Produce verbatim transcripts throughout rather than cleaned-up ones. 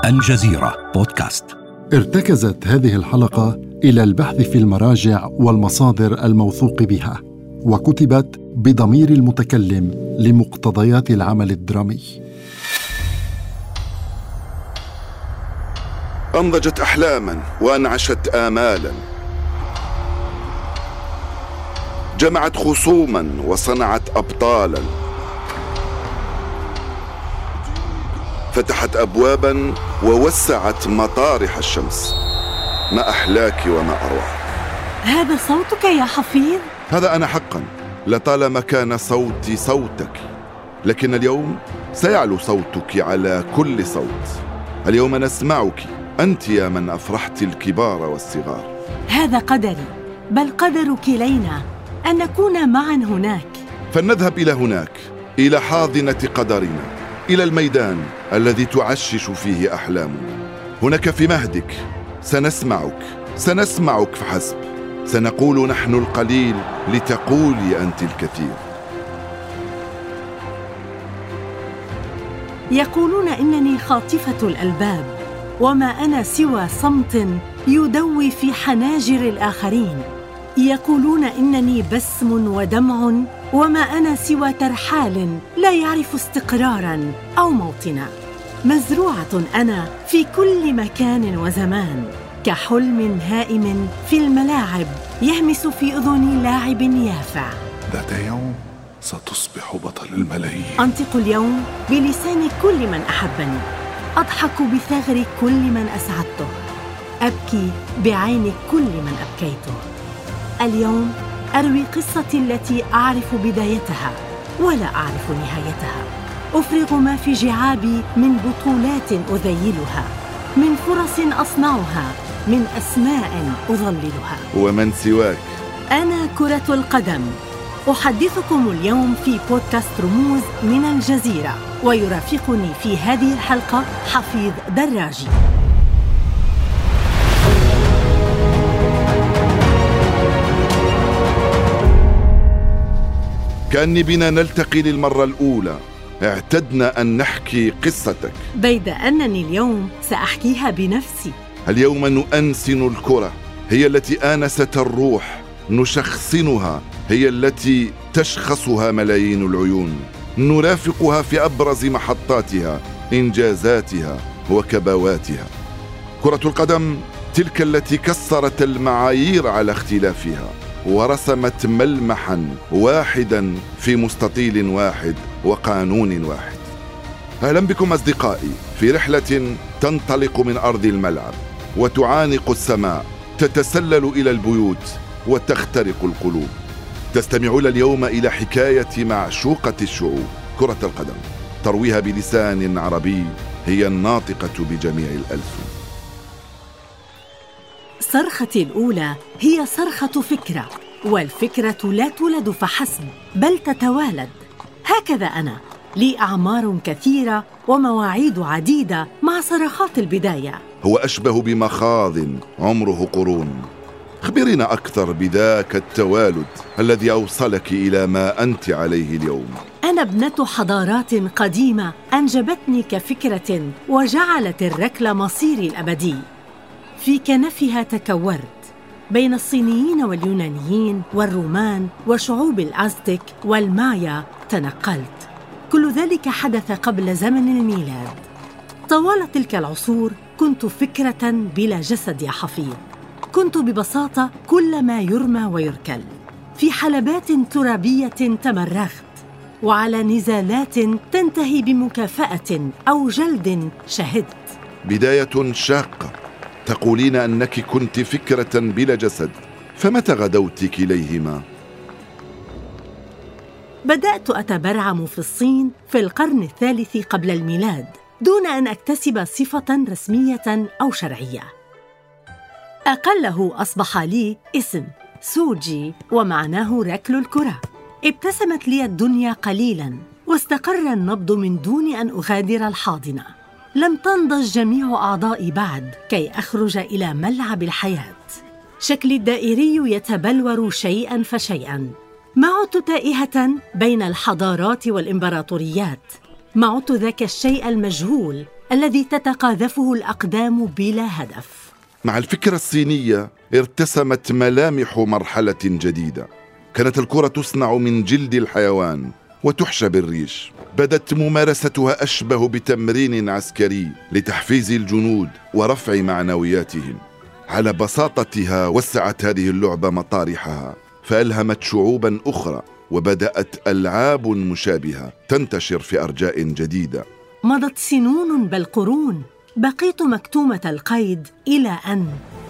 الجزيرة بودكاست. ارتكزت هذه الحلقة إلى البحث في المراجع والمصادر الموثوق بها، وكتبت بضمير المتكلم لمقتضيات العمل الدرامي. أنضجت أحلاما وأنعشت آمالا، جمعت خصوما وصنعت أبطالا، فتحت أبوابا ووسعت مطارح الشمس. ما أحلاك وما أروعك. هذا صوتك يا حفيظ؟ هذا أنا حقا، لطالما كان صوتي صوتك، لكن اليوم سيعلو صوتك على كل صوت. اليوم نسمعك أنت يا من أفرحت الكبار والصغار. هذا قدري، بل قدر كلينا أن نكون معا هناك. فلنذهب إلى هناك، إلى حاضنة قدرنا، إلى الميدان الذي تعشش فيه أحلامنا. هناك في مهدك سنسمعك، سنسمعك فحسب. سنقول نحن القليل لتقولي أنت الكثير. يقولون إنني خاطفة الألباب، وما أنا سوى صمت يدوي في حناجر الآخرين. يقولون إنني بسم ودمع، وما أنا سوى ترحال لا يعرف استقراراً أو موطنا. مزروعة أنا في كل مكان وزمان، كحلم هائم في الملاعب يهمس في أذن لاعب يافع. ذات يوم ستصبح بطل الملايين. أنطق اليوم بلسان كل من أحبني، أضحك بثغر كل من أسعدته، أبكي بعين كل من أبكيته. اليوم أروي قصتي التي أعرف بدايتها ولا أعرف نهايتها. أفرغ ما في جعابي من بطولات أذيلها، من فرص أصنعها، من أسماء أظللها. ومن سواك؟ أنا كرة القدم. أحدثكم اليوم في بودكاست رموز من الجزيرة، ويرافقني في هذه الحلقة حفيظ دراجي. كأني بنا نلتقي للمرة الأولى. اعتدنا أن نحكي قصتك، بيد أنني اليوم سأحكيها بنفسي. اليوم نؤنسن الكرة، هي التي آنست الروح. نشخصنها، هي التي تشخصها ملايين العيون. نرافقها في أبرز محطاتها، إنجازاتها وكبواتها. كرة القدم تلك التي كسرت المعايير على اختلافها، ورسمت ملمحاً واحداً في مستطيل واحد وقانون واحد. أهلاً بكم أصدقائي في رحلة تنطلق من أرض الملعب وتعانق السماء، تتسلل إلى البيوت وتخترق القلوب. تستمعون اليوم إلى حكاية معشوقة الشعوب، كرة القدم، ترويها بلسان عربي، هي الناطقة بجميع الألسن. صرختي الأولى هي صرخة فكرة، والفكرة لا تولد فحسب بل تتوالد. هكذا أنا، لي أعمار كثيرة ومواعيد عديدة مع صرخات البداية. هو أشبه بمخاض عمره قرون. خبرينا أكثر بذاك التوالد الذي أوصلك إلى ما أنت عليه اليوم. أنا ابنة حضارات قديمة أنجبتني كفكرة وجعلت الركل مصيري الأبدي. في كنفها تكورت، بين الصينيين واليونانيين والرومان وشعوب الأزتك والمايا تنقلت. كل ذلك حدث قبل زمن الميلاد. طوال تلك العصور كنت فكرة بلا جسد يا حفيظ. كنت ببساطة كل ما يرمى ويركل. في حلبات ترابية تمرغت، وعلى نزالات تنتهي بمكافأة أو جلد شهدت. بداية شاقة. تقولين أنك كنت فكرة بلا جسد، فمتى غدوت كليهما؟ بدأت أتبرعم في الصين في القرن الثالث قبل الميلاد، دون أن أكتسب صفة رسمية أو شرعية. أقله أصبح لي اسم سوجي، ومعناه ركل الكرة. ابتسمت لي الدنيا قليلاً، واستقر النبض من دون أن أغادر الحاضنة. لم تنضج جميع أعضائي بعد كي أخرج إلى ملعب الحياة. شكلي الدائري يتبلور شيئاً فشيئاً. ما عدت تائهة بين الحضارات والإمبراطوريات. ما عدت ذاك الشيء المجهول الذي تتقاذفه الأقدام بلا هدف. مع الفكرة الصينية ارتسمت ملامح مرحلة جديدة. كانت الكرة تصنع من جلد الحيوان وتحشى بالريش. بدت ممارستها أشبه بتمرين عسكري لتحفيز الجنود ورفع معنوياتهم. على بساطتها وسعت هذه اللعبة مطارحها، فألهمت شعوبا أخرى، وبدأت ألعاب مشابهة تنتشر في أرجاء جديدة. مضت سنون بل قرون، بقيت مكتومة القيد إلى أن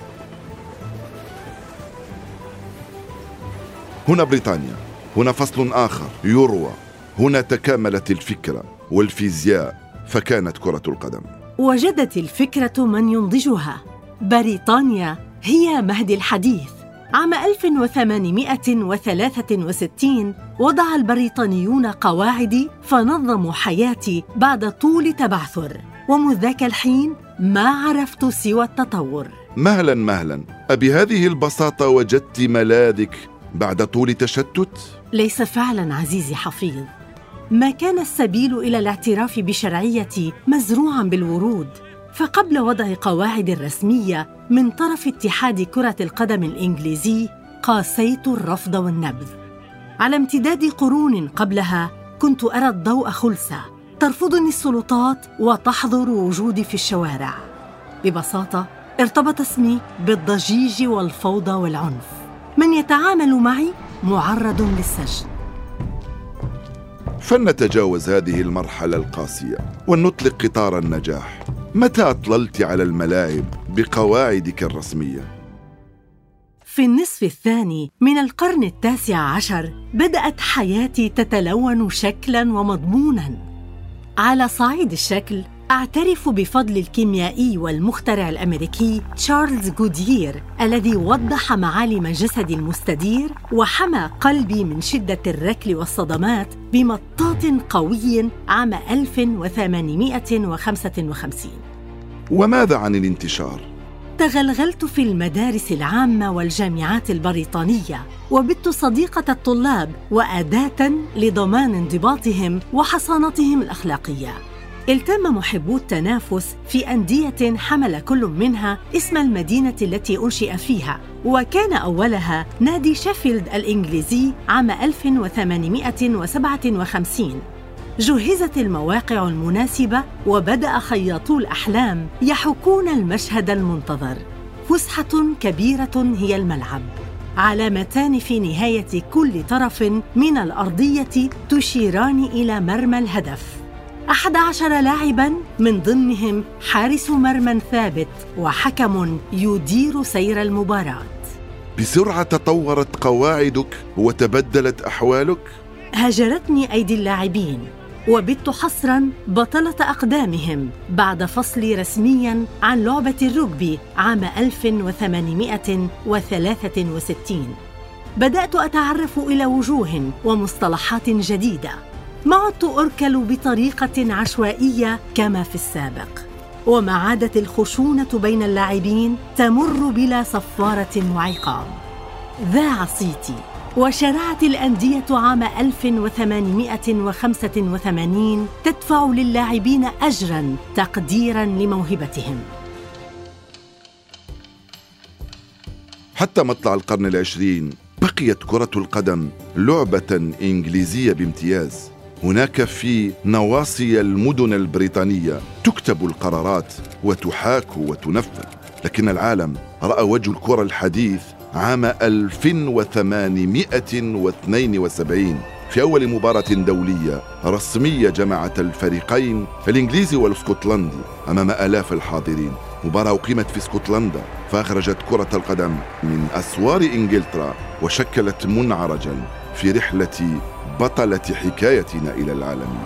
هنا بريطانيا، هنا فصل آخر يروى، هنا تكاملت الفكرة والفيزياء فكانت كرة القدم. وجدت الفكرة من ينضجها. بريطانيا هي مهد الحديث. عام ألف وثمانمائة وثلاثة وستين وضع البريطانيون قواعدي فنظموا حياتي بعد طول تبعثر، ومنذ ذاك الحين ما عرفت سوى التطور. مهلا مهلا، أبهذه البساطة وجدت ملاذك بعد طول تشتت؟ ليس فعلا عزيزي حفيظ. ما كان السبيل إلى الاعتراف بشرعيتي مزروعا بالورود. فقبل وضع قواعد رسمية من طرف اتحاد كرة القدم الإنجليزي قاسيت الرفض والنبذ. على امتداد قرون قبلها كنت أرى الضوء خلسة، ترفضني السلطات وتحظر وجودي في الشوارع. ببساطة ارتبط اسمي بالضجيج والفوضى والعنف. من يتعامل معي معرض للسجن. فلنتجاوز هذه المرحلة القاسية ونطلق قطار النجاح. متى أطللت على الملاعب بقواعدك الرسمية؟ في النصف الثاني من القرن التاسع عشر بدأت حياتي تتلون شكلاً ومضموناً. على صعيد الشكل أعترف بفضل الكيميائي والمخترع الأمريكي تشارلز جوديير الذي وضح معالم الجسد المستدير وحمى قلبي من شدة الركل والصدمات بمطاط قوي عام ألف وثمانمائة وخمسة وخمسين. وماذا عن الانتشار؟ تغلغلت في المدارس العامة والجامعات البريطانية، وبت صديقة الطلاب وأداة لضمان انضباطهم وحصانتهم الأخلاقية. التم محبو التنافس في أندية حمل كل منها اسم المدينة التي أنشئ فيها، وكان أولها نادي شيفيلد الإنجليزي عام ألف وثمانمائة وسبعة وخمسين. جهزت المواقع المناسبة وبدأ خياطو الأحلام يحكون المشهد المنتظر. فسحة كبيرة هي الملعب، علامتان في نهاية كل طرف من الأرضية تشيران إلى مرمى الهدف. أحد عشر لاعباً من ضمنهم حارس مرمى ثابت وحكم يدير سير المباراة. بسرعة تطورت قواعدك وتبدلت أحوالك؟ هجرتني أيدي اللاعبين، وبت حصراً بطلة أقدامهم بعد فصلي رسمياً عن لعبة الرugby عام ألف وثمانمائة وثلاثة وستين. بدأت أتعرف إلى وجوه ومصطلحات جديدة. ما عدت أركل بطريقة عشوائية كما في السابق، وما عادت الخشونة بين اللاعبين تمر بلا صفارة وعقاب. ذاع صيتي، وشرعت الأندية عام ألف وثمانمائة وخمسة وثمانين تدفع للاعبين أجراً تقديراً لموهبتهم. حتى مطلع القرن العشرين بقيت كرة القدم لعبة إنجليزية بامتياز. هناك في نواصي المدن البريطانية تكتب القرارات وتحاك وتنفذ، لكن العالم رأى وجه الكرة الحديث عام ألف وثمانمائة واثنين وسبعين في أول مباراة دولية رسمية جمعت الفريقين الإنجليزي والاسكتلندي أمام آلاف الحاضرين. مباراة أقيمت في اسكتلندا فأخرجت كرة القدم من أسوار إنجلترا وشكلت منعرجاً في رحلة بطلة حكايتنا إلى العالمية.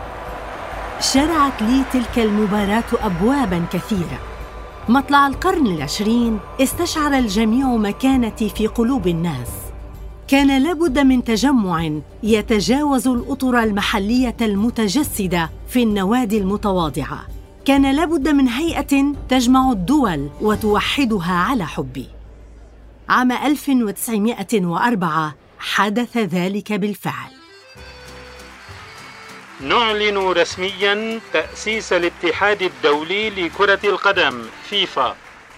شرعت لي تلك المباراة أبواباً كثيرة. مطلع القرن العشرين استشعر الجميع مكانتي في قلوب الناس. كان لابد من تجمع يتجاوز الأطر المحلية المتجسدة في النوادي المتواضعة. كان لابد من هيئة تجمع الدول وتوحدها على حبي. عام ألف وتسعمائة وأربعة حدث ذلك بالفعل. نعلن رسميا تأسيس الاتحاد الدولي لكرة القدم فيفا.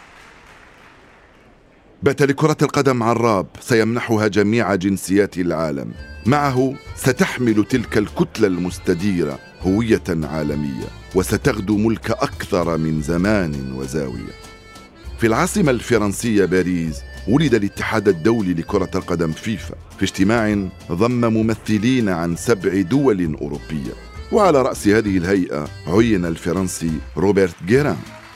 بات لكرة القدم عراب سيمنحها جميع جنسيات العالم. معه ستحمل تلك الكتلة المستديرة هوية عالمية، وستغدو ملك أكثر من زمان وزاوية. في العاصمة الفرنسية باريس ولد الاتحاد الدولي لكرة القدم فيفا في اجتماع ضم ممثلين عن سبع دول أوروبية، وعلى رأس هذه الهيئة عين الفرنسي روبرت غيران.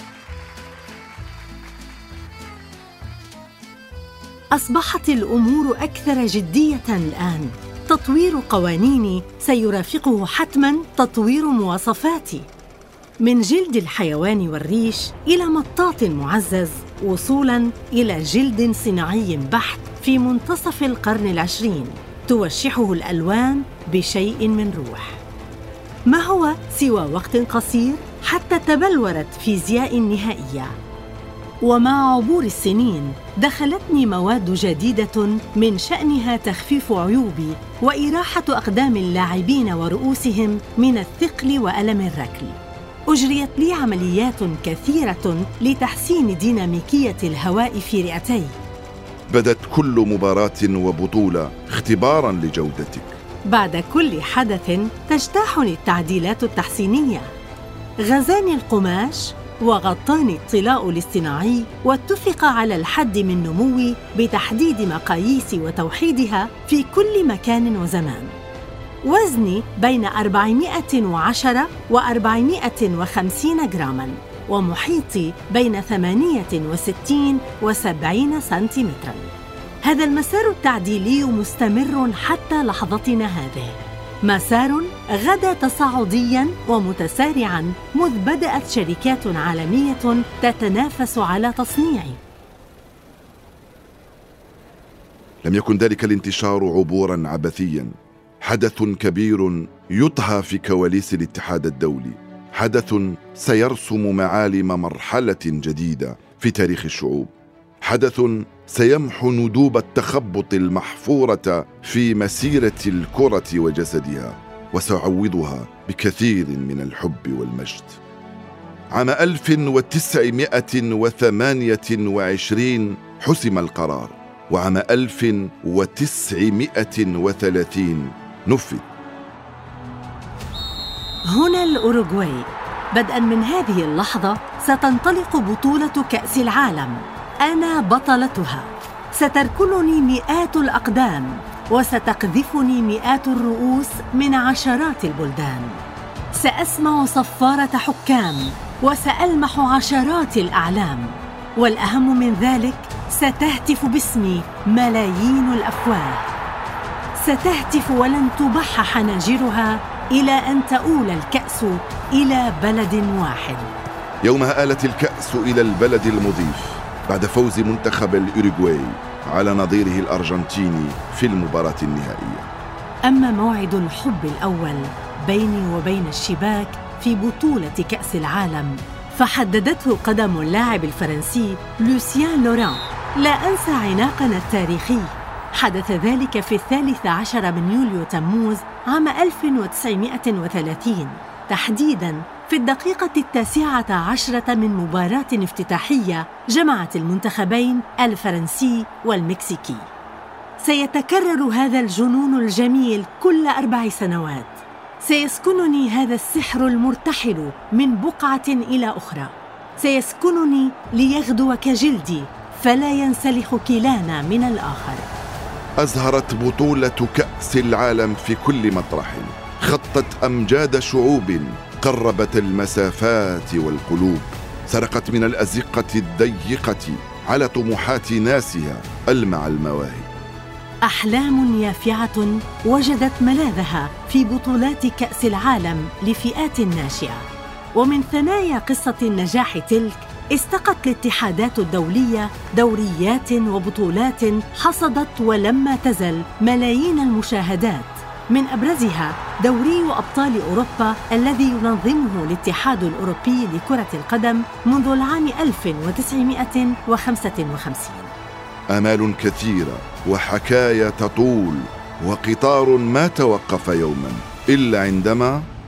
أصبحت الأمور أكثر جدية الآن. تطوير قوانين سيرافقه حتماً تطوير مواصفات، من جلد الحيوان والريش إلى مطاط معزز، وصولاً إلى جلد صناعي بحت في منتصف القرن العشرين توشحه الألوان بشيء من روح. ما هو سوى وقت قصير حتى تبلورت فيزياء نهائية. ومع عبور السنين دخلتني مواد جديدة من شأنها تخفيف عيوبي وإراحة أقدام اللاعبين ورؤوسهم من الثقل وألم الركل. أجريت لي عمليات كثيرة لتحسين ديناميكية الهواء في رئتي. بدت كل مباراة وبطولة اختباراً لجودتك. بعد كل حدث تجتاحني التعديلات التحسينية. غزاني القماش وغطاني الطلاء الاصطناعي، واتفق على الحد من نموي بتحديد مقاييس وتوحيدها في كل مكان وزمان. وزني بين أربعمائة وعشرة وأربعمائة وخمسين جراماً، ومحيطي بين ثمانية وستين وسبعين سنتيمتراً. هذا المسار التعديلي مستمر حتى لحظتنا هذه، مسار غدا تصاعدياً ومتسارعاً مذ بدأت شركات عالمية تتنافس على تصنيعه. لم يكن ذلك الانتشار عبوراً عبثياً، حدث كبير يطهى في كواليس الاتحاد الدولي، حدث سيرسم معالم مرحلة جديدة في تاريخ الشعوب، حدث سيمحو ندوب التخبط المحفورة في مسيرة الكرة وجسدها، وسيعوضها بكثير من الحب والمجد. عام ألف وتسعمائة وثمانية وعشرين حسم القرار، وعام ألف وتسعمائة وثلاثين نفذ. هنا الأوروغواي. بدءاً من هذه اللحظة ستنطلق بطولة كأس العالم. أنا بطلتها. ستركلني مئات الأقدام، وستقذفني مئات الرؤوس من عشرات البلدان. سأسمع صفارة حكام، وسألمح عشرات الأعلام، والأهم من ذلك ستهتف باسمي ملايين الأفواه. ستهتف ولن تبح حناجرها إلى أن تؤول الكأس إلى بلد واحد. يومها آلت الكأس إلى البلد المضيف بعد فوز منتخب الأوروغواي على نظيره الأرجنتيني في المباراة النهائية. أما موعد الحب الأول بيني وبين الشباك في بطولة كأس العالم فحددته قدم اللاعب الفرنسي لوسيان لوران. لا أنسى عناقنا التاريخي. حدث ذلك في الثالث عشر من يوليو تموز عام ألف وتسعمائة وثلاثين، تحديداً في الدقيقة التاسعة عشرة من مباراة افتتاحية جمعت المنتخبين الفرنسي والمكسيكي. سيتكرر هذا الجنون الجميل كل أربع سنوات. سيسكنني هذا السحر المرتحل من بقعة إلى أخرى. سيسكنني ليغدو كجلدي، فلا ينسلخ كلانا من الآخر. أزهرت بطولة كأس العالم في كل مطرح، خطت أمجاد شعوب، قربت المسافات والقلوب، سرقت من الأزقة الضيقة على طموحات ناسها ألمع المواهب. أحلام يافعة وجدت ملاذها في بطولات كأس العالم لفئات ناشئة. ومن ثنايا قصة النجاح تلك استقت الاتحادات الدولية دوريات وبطولات حصدت ولما تزل ملايين المشاهدات، من أبرزها دوري أبطال أوروبا الذي ينظمه الاتحاد الأوروبي لكرة القدم منذ العام ألف وتسعمائة وخمسة وخمسين. آمال كثيرة وحكايا تطول، وقطار ما توقف يوماً إلا عندما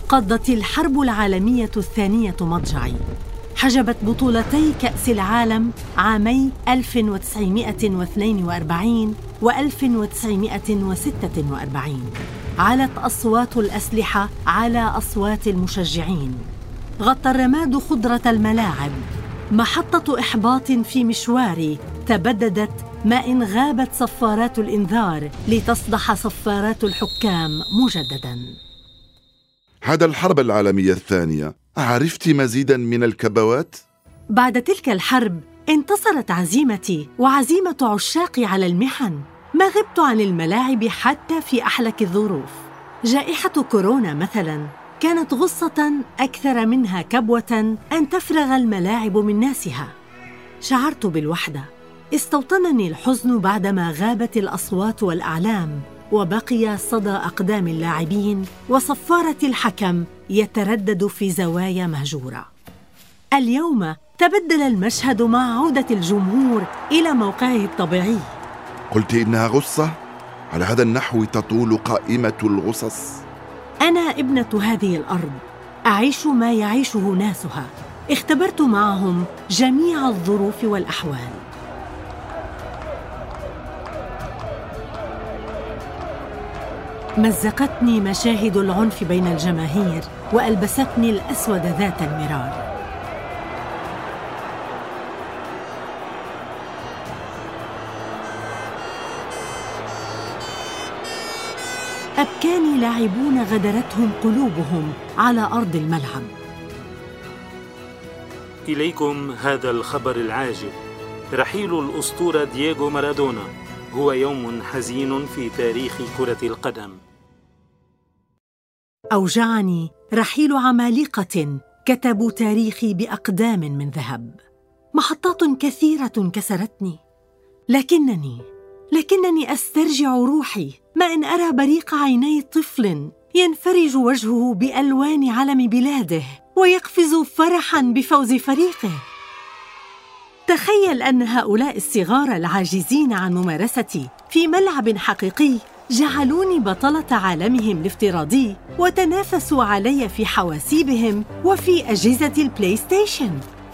قضت الحرب العالمية الثانية مضجعي. حجبت بطولتي كأس العالم عامي ألف وتسعمائة واثنين وأربعين و ألف وتسعمائة وستة وأربعين. علت أصوات الأسلحة على أصوات المشجعين. غطى الرماد خضرة الملاعب. محطة إحباط في مشواري تبددت ما إن غابت صفارات الإنذار لتصدح صفارات الحكام مجدداً. بعد الحرب العالمية الثانية عرفت مزيداً من الكبوات؟ بعد تلك الحرب انتصرت عزيمتي وعزيمة عشاقي على المحن. ما غبت عن الملاعب حتى في أحلك الظروف. جائحة كورونا مثلاً كانت غصة أكثر منها كبوة أن تفرغ الملاعب من ناسها. شعرت بالوحدة. استوطنني الحزن بعدما غابت الأصوات والأعلام، وبقي صدى أقدام اللاعبين وصفارة الحكم يتردد في زوايا مهجورة. اليوم تبدل المشهد مع عودة الجمهور إلى موقعه الطبيعي. قلت إنها غصة؟ على هذا النحو تطول قائمة الغصص. أنا ابنة هذه الأرض، أعيش ما يعيشه ناسها. اختبرت معهم جميع الظروف والأحوال. مزقتني مشاهد العنف بين الجماهير وألبستني الأسود ذات المرار. أبكاني لاعبون غدرتهم قلوبهم على أرض الملعب. إليكم هذا الخبر العاجل: رحيل الأسطورة دييغو مارادونا. هو يوم حزين في تاريخ كرة القدم. أوجعني رحيل عمالقة كتبوا تاريخي بأقدام من ذهب. محطات كثيرة كسرتني، لكنني لكنني أسترجع روحي ما إن أرى بريق عيني طفل ينفرج وجهه بألوان علم بلاده ويقفز فرحاً بفوز فريقه. تخيل أن هؤلاء الصغار العاجزين عن ممارستي في ملعب حقيقي جعلوني بطلة عالمهم الافتراضي وتنافسوا علي في حواسيبهم وفي أجهزة البلاي ستيشن.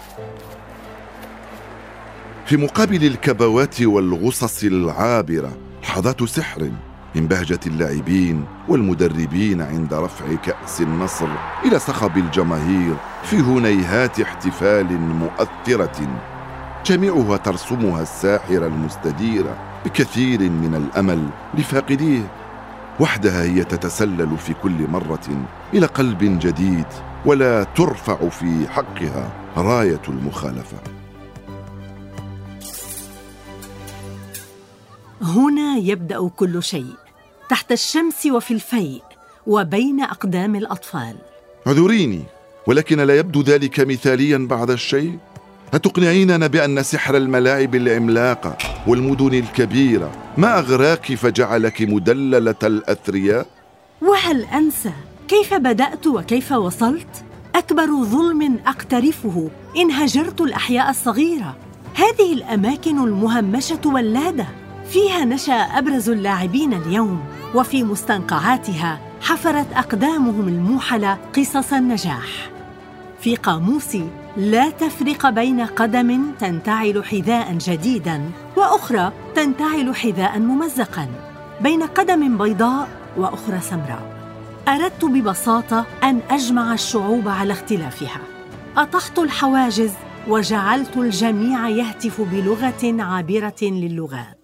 في مقابل الكبوات والغصص العابرة لحظات سحر من بهجة اللاعبين والمدربين عند رفع كأس النصر إلى صخب الجماهير في هنيهات احتفال مؤثرة جميعها ترسمها الساحرة المستديرة بكثير من الأمل لفاقديه. وحدها هي تتسلل في كل مرة إلى قلب جديد، ولا ترفع في حقها راية المخالفة. هنا يبدأ كل شيء، تحت الشمس وفي الفيء وبين أقدام الأطفال. اعذريني، ولكن لا يبدو ذلك مثالياً بعض الشيء؟ أتقنعيننا بأن سحر الملاعب العملاقة والمدن الكبيرة ما أغراك فجعلك مدللة الأثرياء؟ وهل أنسى كيف بدأت وكيف وصلت؟ أكبر ظلم أقترفه إن هجرت الأحياء الصغيرة. هذه الأماكن المهمشة واللادة فيها نشأ أبرز اللاعبين اليوم، وفي مستنقعاتها حفرت أقدامهم الموحلة قصص النجاح. في قاموسي لا تفرق بين قدم تنتعل حذاء جديداً وأخرى تنتعل حذاء ممزقاً، بين قدم بيضاء وأخرى سمراء. أردت ببساطة أن أجمع الشعوب على اختلافها. أطحت الحواجز وجعلت الجميع يهتف بلغة عابرة للغات.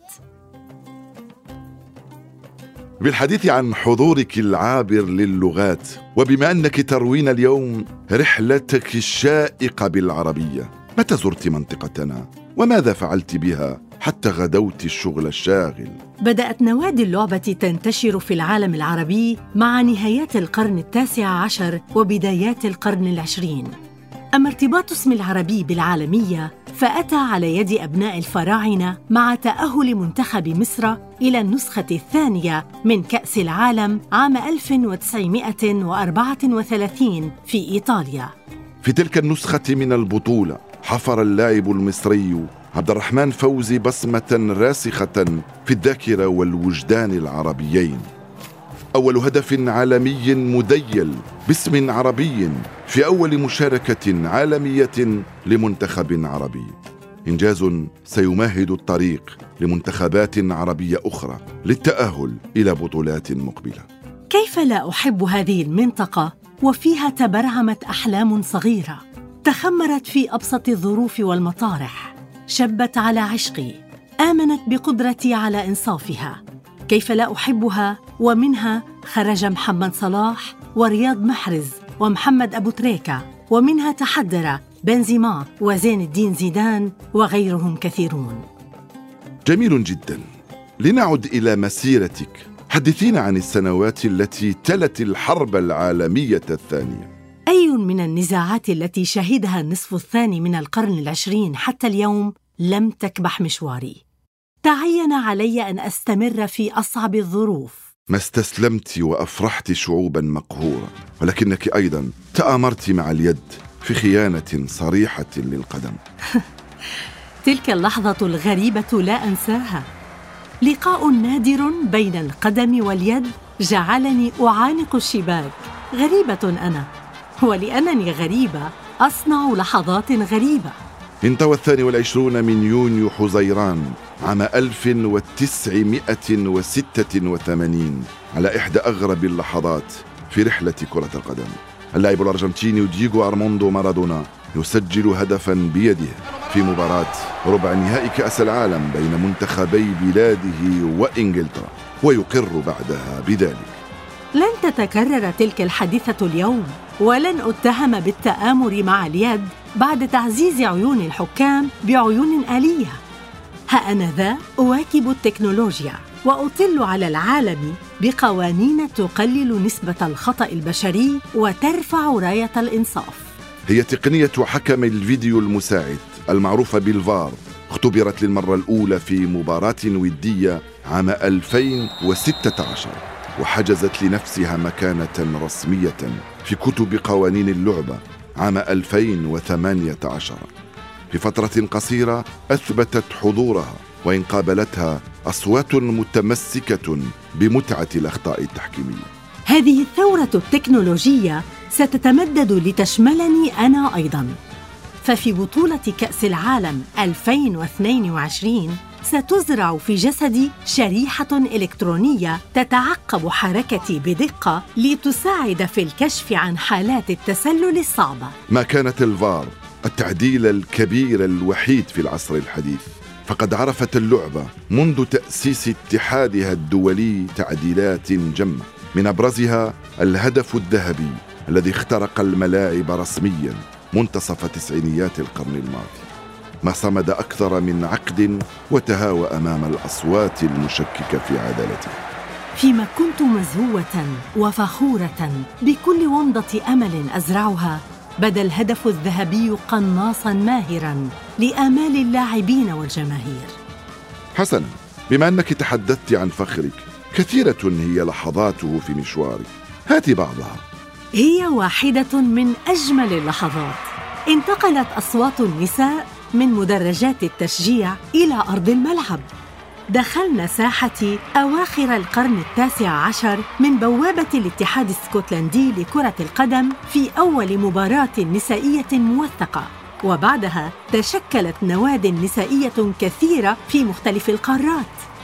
بالحديث عن حضورك العابر للغات، وبما أنك تروين اليوم رحلتك الشائقة بالعربية، متى زرت منطقتنا؟ وماذا فعلت بها حتى غدوت الشغل الشاغل؟ بدأت نوادي اللعبة تنتشر في العالم العربي مع نهايات القرن التاسع عشر وبدايات القرن العشرين. أما ارتباط اسم العربي بالعالمية فأتى على يد أبناء الفراعنة مع تأهل منتخب مصر إلى النسخة الثانية من كأس العالم عام ألف وتسعمائة وأربعة وثلاثين في إيطاليا. في تلك النسخة من البطولة حفر اللاعب المصري عبد الرحمن فوزي بصمة راسخة في الذاكرة والوجدان العربيين. أول هدف عالمي مديل باسم عربي في أول مشاركة عالمية لمنتخب عربي، إنجاز سيمهد الطريق لمنتخبات عربية أخرى للتأهل إلى بطولات مقبلة. كيف لا أحب هذه المنطقة وفيها تبرعمت أحلام صغيرة تخمرت في أبسط الظروف والمطارح، شبت على عشقي، آمنت بقدرتي على إنصافها. كيف لا أحبها ومنها خرج محمد صلاح ورياض محرز ومحمد أبو تريكة، ومنها تحدر بنزيما وزين الدين زيدان وغيرهم كثيرون. جميل جدا. لنعد إلى مسيرتك، حدثينا عن السنوات التي تلت الحرب العالمية الثانية. أي من النزاعات التي شهدها النصف الثاني من القرن العشرين حتى اليوم لم تكبح مشواري. تعين علي أن أستمر في أصعب الظروف. ما استسلمت وأفرحت شعوباً مقهورة، ولكنك أيضاً تآمرت مع اليد في خيانة صريحة للقدم. تلك اللحظة الغريبة لا أنساها. لقاء نادر بين القدم واليد جعلني أعانق الشباك. غريبة أنا، ولأنني غريبة أصنع لحظات غريبة. انطوى الثاني والعشرون من يونيو حزيران عام ألف وتسعمائة وستة وثمانين على إحدى أغرب اللحظات في رحلة كرة القدم. اللاعب الأرجنتيني دييغو أرماندو مارادونا يسجل هدفاً بيده في مباراة ربع نهائي كأس العالم بين منتخبي بلاده وإنجلترا، ويقر بعدها بذلك. لن تتكرر تلك الحادثة اليوم، ولن أتهم بالتآمر مع اليد بعد تعزيز عيون الحكام بعيون آلية. ها أنا ذا أواكب التكنولوجيا وأطل على العالم بقوانين تقلل نسبة الخطأ البشري وترفع راية الإنصاف. هي تقنية حكم الفيديو المساعد المعروفة بالفار، اختبرت للمرة الأولى في مباراة ودية عام ألفين وستة عشر، وحجزت لنفسها مكانة رسمية في كتب قوانين اللعبة عام ألفين وثمانية عشر. في فترة قصيرة أثبتت حضورها، وإن قابلتها أصوات متمسكة بمتعة الأخطاء التحكيمية. هذه الثورة التكنولوجية ستتمدد لتشملني أنا أيضاً، ففي بطولة كأس العالم ألفين واثنين وعشرين ستزرع في جسدي شريحة إلكترونية تتعقب حركتي بدقة لتساعد في الكشف عن حالات التسلل الصعبة. ما كانت الفار التعديل الكبير الوحيد في العصر الحديث، فقد عرفت اللعبة منذ تأسيس اتحادها الدولي تعديلات جمة، من أبرزها الهدف الذهبي الذي اخترق الملاعب رسمياً منتصف تسعينيات القرن الماضي. ما صمد أكثر من عقد وتهاوى أمام الأصوات المشككة في عدالته. فيما كنت مزهوة وفخورة بكل ومضة أمل أزرعها، بدا الهدف الذهبي قناصاً ماهراً لآمال اللاعبين والجماهير. حسناً، بما أنك تحدثت عن فخرك، كثيرة هي لحظاته في مشوارك، هات بعضها. هي واحدة من أجمل اللحظات. انتقلت أصوات النساء من مدرجات التشجيع إلى أرض الملعب. دخلنا ساحتي أواخر القرن التاسع عشر من بوابة الاتحاد الاسكتلندي لكرة القدم في أول مباراة نسائية موثقة، وبعدها تشكلت نوادٍ نسائية كثيرة في مختلف القارات.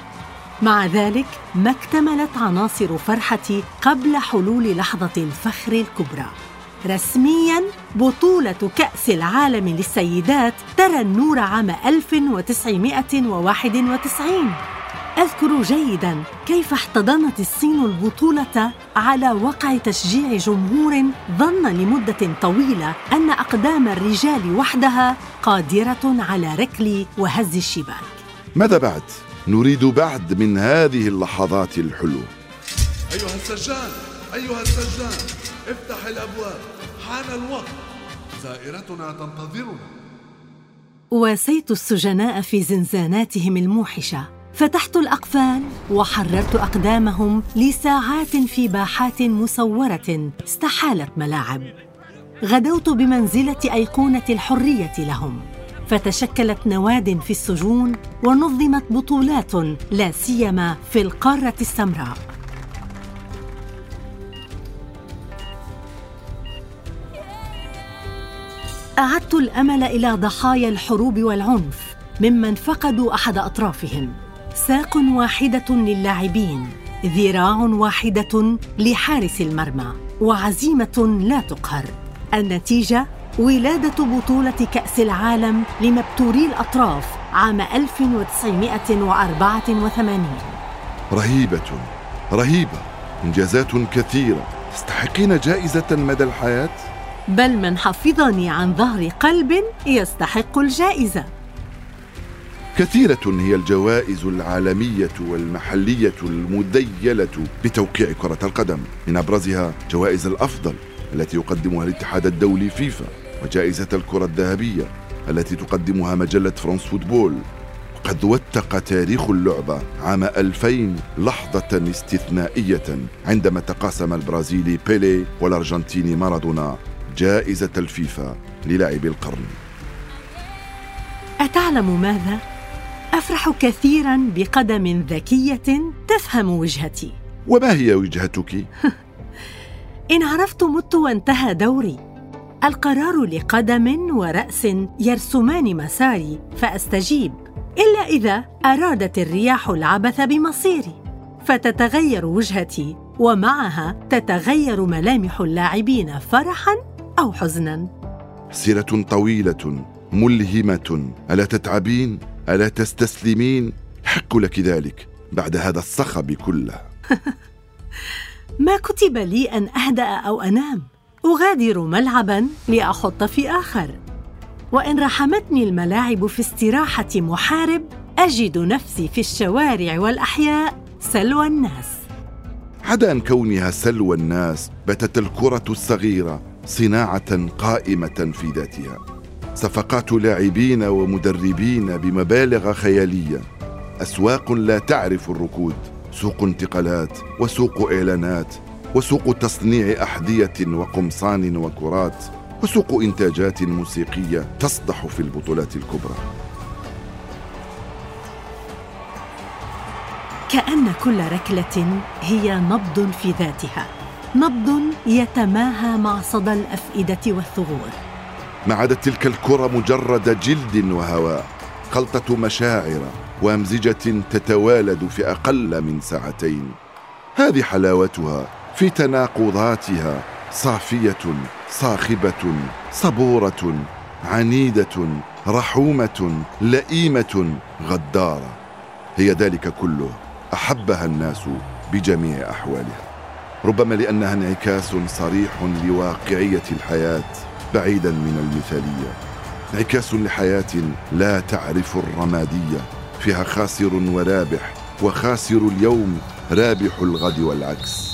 مع ذلك ما اكتملت عناصر فرحتي قبل حلول لحظة الفخر الكبرى. رسمياً بطولة كأس العالم للسيدات ترى النور عام ألف وتسعمائة وواحد وتسعين. أذكر جيداً كيف احتضنت الصين البطولة على وقع تشجيع جمهور ظن لمدة طويلة أن أقدام الرجال وحدها قادرة على ركل وهز الشباك. ماذا بعد؟ نريد بعد من هذه اللحظات الحلوة. أيها السجان، أيها السجان، افتح الأبواب، حان الوقت، زائرتنا تنتظرنا. واسيت السجناء في زنزاناتهم الموحشة، فتحت الأقفال وحررت أقدامهم لساعات في باحات مسورة استحالت ملاعب. غدوت بمنزلة أيقونة الحرية لهم، فتشكلت نواد في السجون ونظمت بطولات لا سيما في القارة السمراء. أعدت الأمل إلى ضحايا الحروب والعنف ممن فقدوا أحد أطرافهم. ساق واحدة للاعبين، ذراع واحدة لحارس المرمى، وعزيمة لا تقهر. النتيجة ولادة بطولة كأس العالم لمبتوري الأطراف عام ألف وتسعمائة وأربعة وثمانين. رهيبة رهيبة، إنجازات كثيرة. تستحقين جائزة مدى الحياة؟ بل من حفظني عن ظهر قلب يستحق الجائزة. كثيرة هي الجوائز العالمية والمحلية المديلة بتوقيع كرة القدم، من أبرزها جوائز الأفضل التي يقدمها الاتحاد الدولي فيفا، وجائزة الكرة الذهبية التي تقدمها مجلة فرانس فوتبول. وقد وثق تاريخ اللعبة عام ألفين لحظة استثنائية عندما تقاسم البرازيلي بيلي والأرجنتيني مارادونا جائزة الفيفا للاعب القرن. أتعلم ماذا؟ أفرح كثيراً بقدم ذكية تفهم وجهتي. وما هي وجهتك؟ إن عرفت مت وانتهى دوري. القرار لقدم ورأس يرسمان مساري فأستجيب، إلا إذا أرادت الرياح العبث بمصيري، فتتغير وجهتي ومعها تتغير ملامح اللاعبين فرحاً أو حزناً. سيرة طويلة ملهمة. ألا تتعبين؟ ألا تستسلمين؟ يحق لك ذلك بعد هذا الصخب كله. ما كتب لي أن أهدأ أو أنام. أغادر ملعباً لأحط في آخر. وإن رحمتني الملاعب في استراحة محارب، أجد نفسي في الشوارع والأحياء سلوى الناس. عدا أن كونها سلوى الناس، باتت الكرة الصغيرة صناعة قائمة في ذاتها. صفقات لاعبين ومدربين بمبالغ خيالية، أسواق لا تعرف الركود، سوق انتقالات وسوق إعلانات وسوق تصنيع أحذية وقمصان وكرات وسوق إنتاجات موسيقية تصدح في البطولات الكبرى. كأن كل ركلة هي نبض في ذاتها، نبض يتماهى مع صدى الأفئدة والثغور. ما عادت تلك الكرة مجرد جلد وهواء، خلطة مشاعر وأمزجة تتوالد في أقل من ساعتين. هذه حلاوتها في تناقضاتها، صافية صاخبة صبورة عنيدة رحومة لئيمة غدارة. هي ذلك كله أحبها الناس بجميع أحوالها، ربما لأنها انعكاس صريح لواقعية الحياة بعيداً من المثالية، انعكاس لحياة لا تعرف الرمادية، فيها خاسر ورابح، وخاسر اليوم رابح الغد والعكس.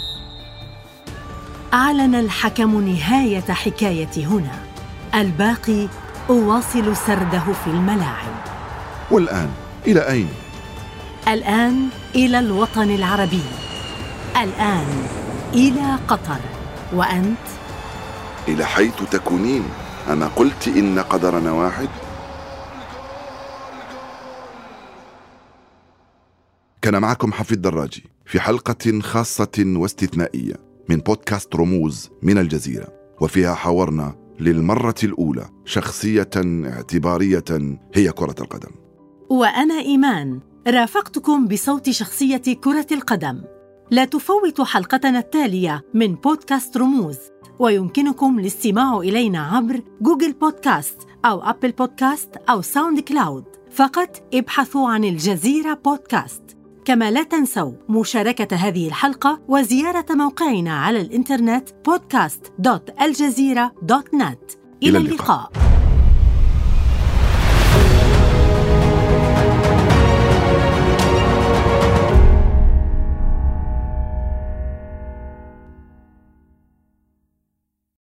أعلن الحكم نهاية حكاية هنا، الباقي أواصل سرده في الملاعب. والآن إلى أين؟ الآن إلى الوطن العربي، الآن إلى قطر. وأنت؟ إلى حيث تكونين. أما قلت إن قدرنا واحد؟ كان معكم حفيظ دراجي في حلقة خاصة واستثنائية من بودكاست رموز من الجزيرة، وفيها حاورنا للمرة الأولى شخصية اعتبارية هي كرة القدم. وأنا إيمان، رافقتكم بصوت شخصية كرة القدم. لا تفوتوا حلقتنا التالية من بودكاست رموز، ويمكنكم الاستماع إلينا عبر جوجل بودكاست أو أبل بودكاست أو ساوند كلاود. فقط ابحثوا عن الجزيرة بودكاست. كما لا تنسوا مشاركة هذه الحلقة وزيارة موقعنا على الإنترنت بودكاست دوت الجزيرة دوت نت. إلى اللقاء.